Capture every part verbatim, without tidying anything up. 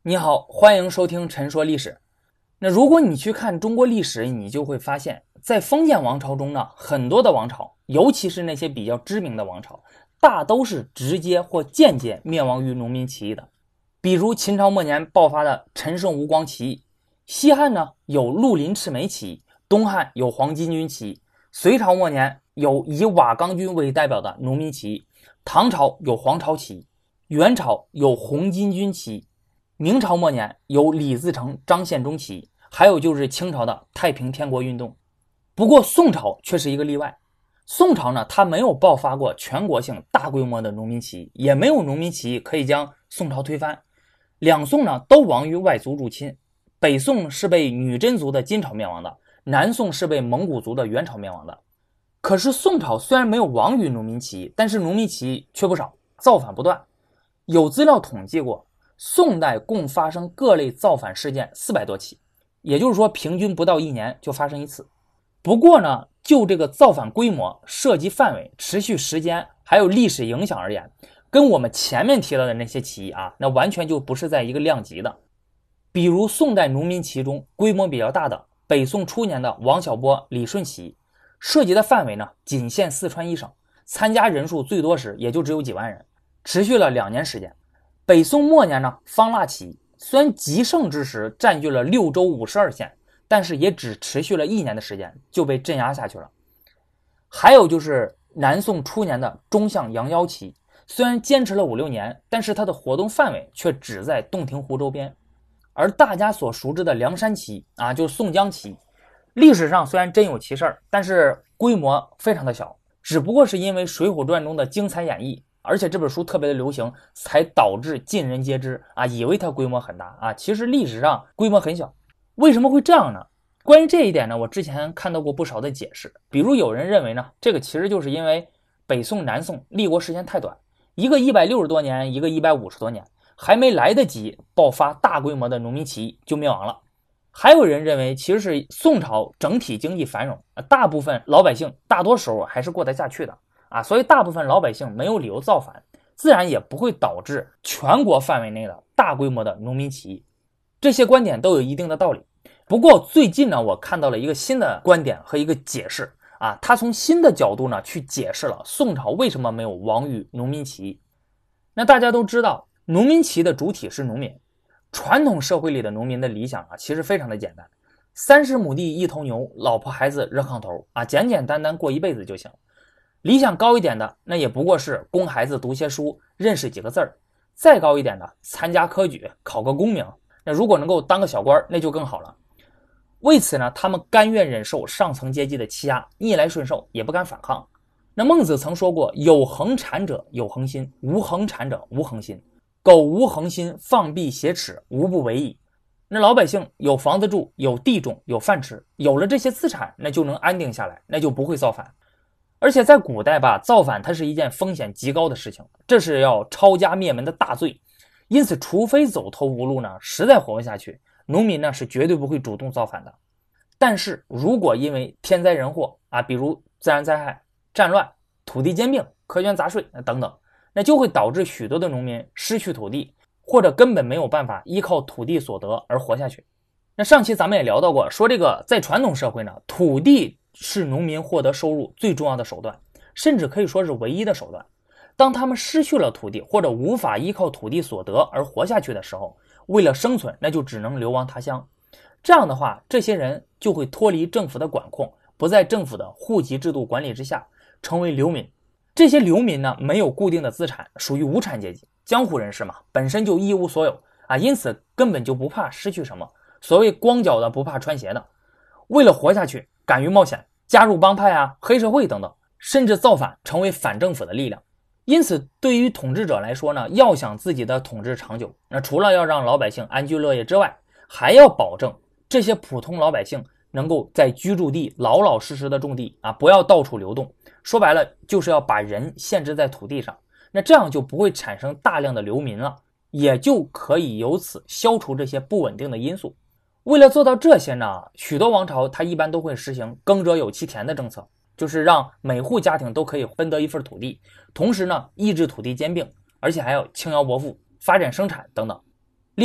你好，欢迎收听陈说历史。那如果你去看中国历史，你就会发现，在封建王朝中呢，很多的王朝，尤其是那些比较知名的王朝，大都是直接或间接灭亡于农民起义的。比如秦朝末年爆发的陈胜吴广起义，西汉呢有绿林赤眉起义，东汉有黄巾军起义，隋朝末年有以瓦岗军为代表的农民起义，唐朝有黄巢起义，元朝有红巾军起义，明朝末年有李自成、张献忠起义，还有就是清朝的太平天国运动。不过宋朝却是一个例外。宋朝呢，它没有爆发过全国性大规模的农民起义，也没有农民起义可以将宋朝推翻。两宋呢都亡于外族入侵，北宋是被女真族的金朝灭亡的，南宋是被蒙古族的元朝灭亡的。可是宋朝虽然没有亡于农民起义，但是农民起义却不少，造反不断。有资料统计过，宋代共发生各类造反事件四百多起，也就是说平均不到一年就发生一次。不过呢，就这个造反规模、涉及范围、持续时间还有历史影响而言，跟我们前面提到的那些起义啊，那完全就不是在一个量级的。比如宋代农民起义中规模比较大的北宋初年的王小波、李顺起义，涉及的范围呢仅限四川一省，参加人数最多时也就只有几万人，持续了两年时间。北宋末年呢，方腊起义虽然极盛之时占据了六州五十二县，但是也只持续了一年的时间就被镇压下去了。还有就是南宋初年的中相杨妖起义，虽然坚持了五六年，但是它的活动范围却只在洞庭湖周边。而大家所熟知的梁山起义啊，就是宋江起义，历史上虽然真有其事儿，但是规模非常的小，只不过是因为《水浒传》中的精彩演绎，而且这本书特别的流行，才导致尽人皆知啊，以为它规模很大啊，其实历史上规模很小。为什么会这样呢？关于这一点呢，我之前看到过不少的解释。比如有人认为呢，这个其实就是因为北宋、南宋立国时间太短，一个一百六十多年，一个一百五十多年，还没来得及爆发大规模的农民起义就灭亡了。还有人认为其实是宋朝整体经济繁荣，大部分老百姓大多时候还是过得下去的啊，所以大部分老百姓没有理由造反，自然也不会导致全国范围内的大规模的农民起义。这些观点都有一定的道理。不过最近呢，我看到了一个新的观点和一个解释啊，他从新的角度呢去解释了宋朝为什么没有亡于农民起义。那大家都知道，农民起义的主体是农民，传统社会里的农民的理想啊，其实非常的简单，三十亩地一头牛，老婆孩子热炕头啊，简简单单过一辈子就行。理想高一点的，那也不过是供孩子读些书，认识几个字儿；再高一点的，参加科举，考个功名。那如果能够当个小官，那就更好了。为此呢，他们甘愿忍受上层阶级的欺压，逆来顺受，也不敢反抗。那孟子曾说过，有恒产者有恒心，无恒产者无恒心。苟无恒心，放臂挟持，无不为矣。那老百姓有房子住，有地种，有饭吃，有了这些资产，那就能安定下来，那就不会造反。而且在古代吧，造反它是一件风险极高的事情，这是要抄家灭门的大罪。因此除非走投无路呢，实在活不下去，农民呢是绝对不会主动造反的。但是如果因为天灾人祸啊，比如自然灾害、战乱、土地兼并、苛捐杂税等等，那就会导致许多的农民失去土地，或者根本没有办法依靠土地所得而活下去。那上期咱们也聊到过，说这个在传统社会呢，土地是农民获得收入最重要的手段，甚至可以说是唯一的手段。当他们失去了土地，或者无法依靠土地所得而活下去的时候，为了生存，那就只能流亡他乡。这样的话，这些人就会脱离政府的管控，不在政府的户籍制度管理之下，成为流民。这些流民呢，没有固定的资产，属于无产阶级，江湖人士嘛，本身就一无所有啊，因此根本就不怕失去什么。所谓光脚的不怕穿鞋的，为了活下去，敢于冒险，加入帮派啊、黑社会等等，甚至造反，成为反政府的力量。因此对于统治者来说呢，要想自己的统治长久，那除了要让老百姓安居乐业之外，还要保证这些普通老百姓能够在居住地老老实实的种地啊，不要到处流动。说白了，就是要把人限制在土地上，那这样就不会产生大量的流民了，也就可以由此消除这些不稳定的因素。为了做到这些呢，许多王朝它一般都会实行耕者有其田的政策，就是让每户家庭都可以分得一份土地，同时呢，抑制土地兼并，而且还要轻徭薄赋，发展生产等等。另外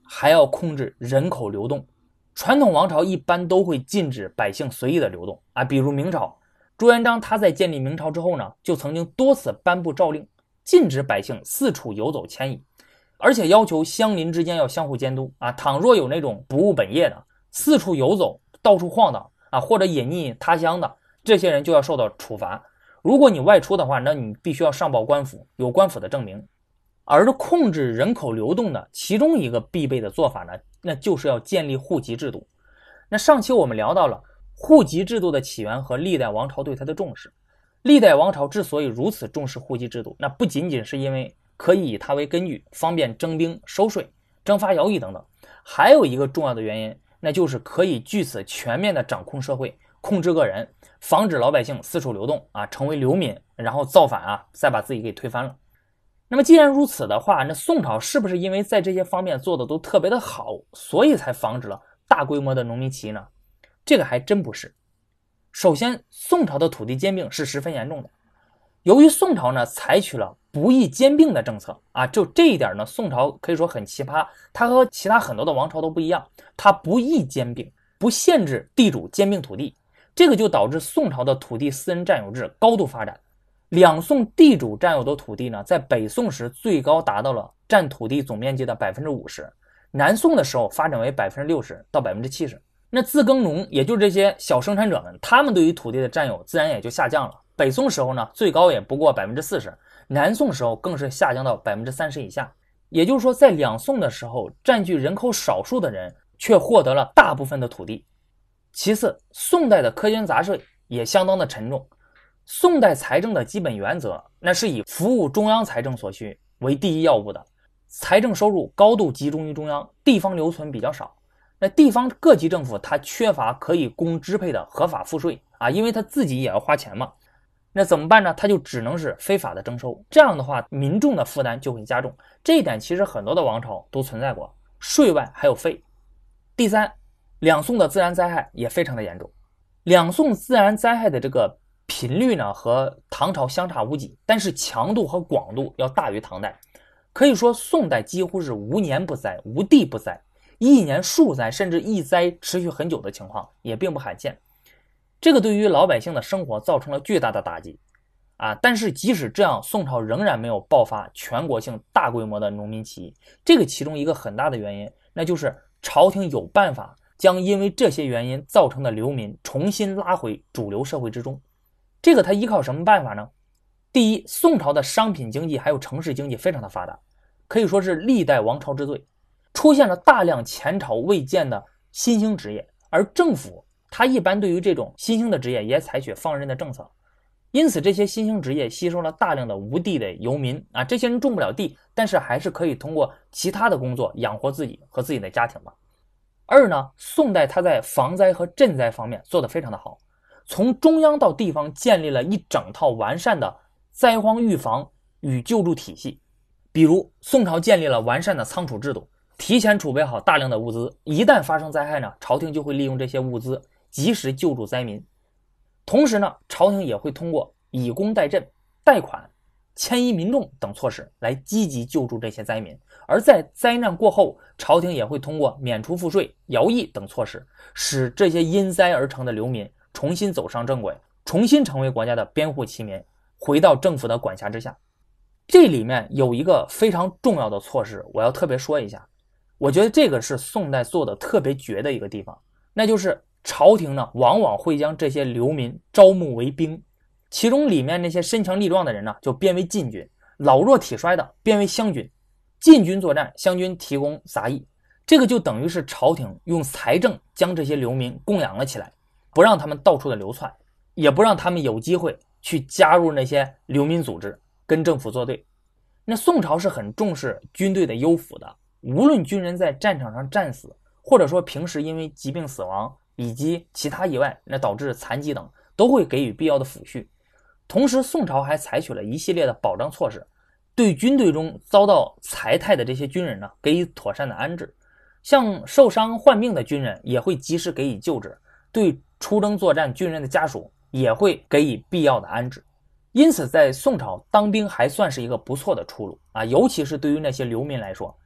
还要控制人口流动。传统王朝一般都会禁止百姓随意的流动啊，比如明朝，朱元璋他在建立明朝之后呢，就曾经多次颁布诏令，禁止百姓四处游走迁移，而且要求乡邻之间要相互监督啊。倘若有那种不务本业的，四处游走、到处晃荡啊，或者隐匿他乡的，这些人就要受到处罚。如果你外出的话，那你必须要上报官府，有官府的证明。而控制人口流动的其中一个必备的做法呢，那就是要建立户籍制度。那上期我们聊到了户籍制度的起源和历代王朝对它的重视。历代王朝之所以如此重视户籍制度，那不仅仅是因为可以以它为根据，方便征兵、收税、征发徭役等等，还有一个重要的原因，那就是可以据此全面的掌控社会，控制个人，防止老百姓四处流动啊，成为流民，然后造反啊，再把自己给推翻了。那么既然如此的话，那宋朝是不是因为在这些方面做的都特别的好，所以才防止了大规模的农民起义呢？这个还真不是。首先，宋朝的土地兼并是十分严重的。由于宋朝呢采取了不义兼并的政策啊，就这一点呢，宋朝可以说很奇葩，它和其他很多的王朝都不一样，它不义兼并，不限制地主兼并土地，这个就导致宋朝的土地私人占有制高度发展。两宋地主占有的土地呢，在北宋时最高达到了占土地总面积的 百分之五十， 南宋的时候发展为 百分之六十 到 百分之七十。 那自耕农，也就是这些小生产者们，他们对于土地的占有自然也就下降了。北宋时候呢，最高也不过 百分之四十， 南宋时候更是下降到 百分之三十 以下。也就是说，在两宋的时候，占据人口少数的人却获得了大部分的土地。其次，宋代的苛捐杂税也相当的沉重。宋代财政的基本原则，那是以服务中央财政所需为第一要务的，财政收入高度集中于中央，地方留存比较少。那地方各级政府它缺乏可以供支配的合法赋税啊，因为它自己也要花钱嘛。那怎么办呢？它就只能是非法的征收，这样的话民众的负担就会加重。这一点其实很多的王朝都存在过，税外还有费。第三，两宋的自然灾害也非常的严重。两宋自然灾害的这个频率呢和唐朝相差无几，但是强度和广度要大于唐代。可以说宋代几乎是无年不灾，无地不灾，一年数灾，甚至一灾持续很久的情况也并不罕见。这个对于老百姓的生活造成了巨大的打击啊！但是即使这样，宋朝仍然没有爆发全国性大规模的农民起义。这个其中一个很大的原因，那就是朝廷有办法将因为这些原因造成的流民重新拉回主流社会之中。这个他依靠什么办法呢？第一，宋朝的商品经济还有城市经济非常的发达，可以说是历代王朝之最，出现了大量前朝未见的新兴职业，而政府他一般对于这种新兴的职业也采取放任的政策，因此这些新兴职业吸收了大量的无地的游民啊，这些人种不了地，但是还是可以通过其他的工作养活自己和自己的家庭吧。二呢，宋代他在防灾和赈灾方面做得非常的好，从中央到地方建立了一整套完善的灾荒预防与救助体系。比如宋朝建立了完善的仓储制度，提前储备好大量的物资，一旦发生灾害呢，朝廷就会利用这些物资及时救助灾民。同时呢，朝廷也会通过以工代赈、贷款、迁移民众等措施来积极救助这些灾民。而在灾难过后，朝廷也会通过免除赋税、徭役等措施，使这些因灾而成的流民重新走上正轨，重新成为国家的编户齐民，回到政府的管辖之下。这里面有一个非常重要的措施，我要特别说一下，我觉得这个是宋代做的特别绝的一个地方，那就是朝廷呢往往会将这些流民招募为兵，其中里面那些身强力壮的人呢就编为禁军，老弱体衰的编为湘军。禁军作战，湘军提供杂役，这个就等于是朝廷用财政将这些流民供养了起来，不让他们到处的流窜，也不让他们有机会去加入那些流民组织跟政府作对。那宋朝是很重视军队的优抚的，无论军人在战场上战死，或者说平时因为疾病死亡以及其他意外那导致残疾等，都会给予必要的抚恤。同时宋朝还采取了一系列的保障措施，对军队中遭到财态的这些军人呢给予妥善的安置，像受伤患病的军人也会及时给予救治，对出征作战军人的家属也会给予必要的安置。因此在宋朝当兵还算是一个不错的出路啊，尤其是对于那些流民来说。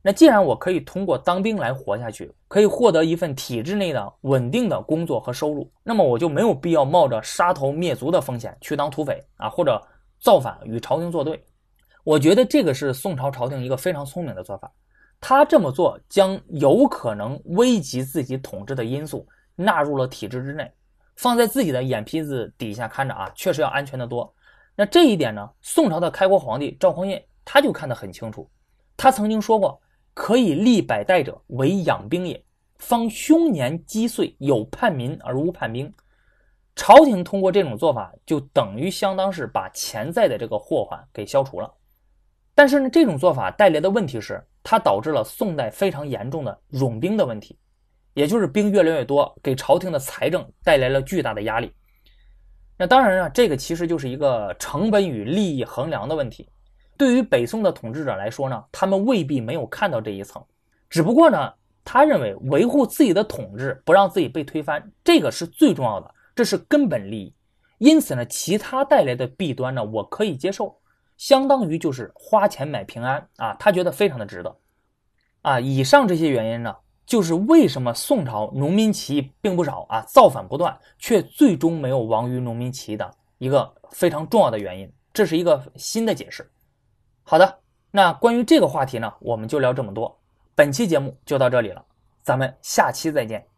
那既然我可以通过当兵来活下去，可以获得一份体制内的稳定的工作和收入，那么我就没有必要冒着杀头灭族的风险去当土匪啊，或者造反与朝廷作对。我觉得这个是宋朝朝廷一个非常聪明的做法，他这么做将有可能危及自己统治的因素纳入了体制之内，放在自己的眼皮子底下看着啊，确实要安全得多。那这一点呢，宋朝的开国皇帝赵匡胤他就看得很清楚，他曾经说过，可以立百代者为养兵也，方凶年积岁，有叛民而无叛兵。朝廷通过这种做法，就等于相当是把潜在的这个祸患给消除了。但是呢，这种做法带来的问题是，它导致了宋代非常严重的冗兵的问题，也就是兵越来越多，给朝廷的财政带来了巨大的压力。那当然啊，这个其实就是一个成本与利益衡量的问题。对于北宋的统治者来说呢，他们未必没有看到这一层，只不过呢，他认为维护自己的统治，不让自己被推翻，这个是最重要的，这是根本利益。因此呢，其他带来的弊端呢，我可以接受，相当于就是花钱买平安啊，他觉得非常的值得啊。以上这些原因呢，就是为什么宋朝农民起义并不少啊，造反不断，却最终没有亡于农民起义的一个非常重要的原因，这是一个新的解释。好的，那关于这个话题呢，我们就聊这么多，本期节目就到这里了，咱们下期再见。